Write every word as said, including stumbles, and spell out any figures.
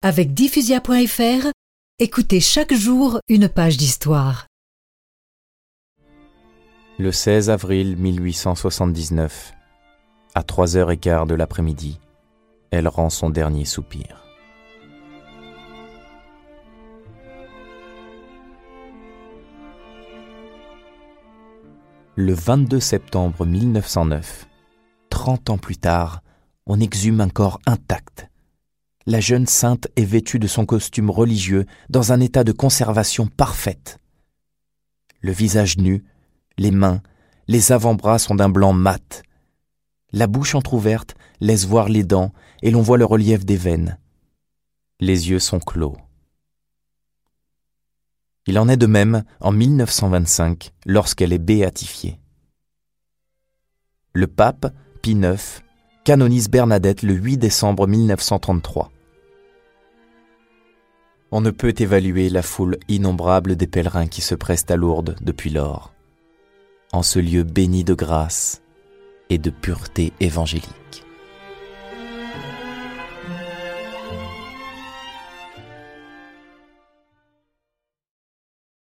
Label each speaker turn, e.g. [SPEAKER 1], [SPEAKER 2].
[SPEAKER 1] Avec diffusia point f r, écoutez chaque jour une page d'histoire.
[SPEAKER 2] Le seize avril mille huit cent soixante-dix-neuf, à trois heures quinze de l'après-midi, elle rend son dernier soupir. Le vingt-deux septembre mille neuf cent neuf, trente ans plus tard, on exhume un corps intact. La jeune sainte est vêtue de son costume religieux dans un état de conservation parfaite. Le visage nu, les mains, les avant-bras sont d'un blanc mat. La bouche entr'ouverte laisse voir les dents et l'on voit le relief des veines. Les yeux sont clos. Il en est de même en mille neuf cent vingt-cinq, lorsqu'elle est béatifiée. Le pape, Pie neuf, canonise Bernadette le huit décembre mille neuf cent trente-trois. On ne peut évaluer la foule innombrable des pèlerins qui se pressent à Lourdes depuis lors, en ce lieu béni de grâce et de pureté évangélique.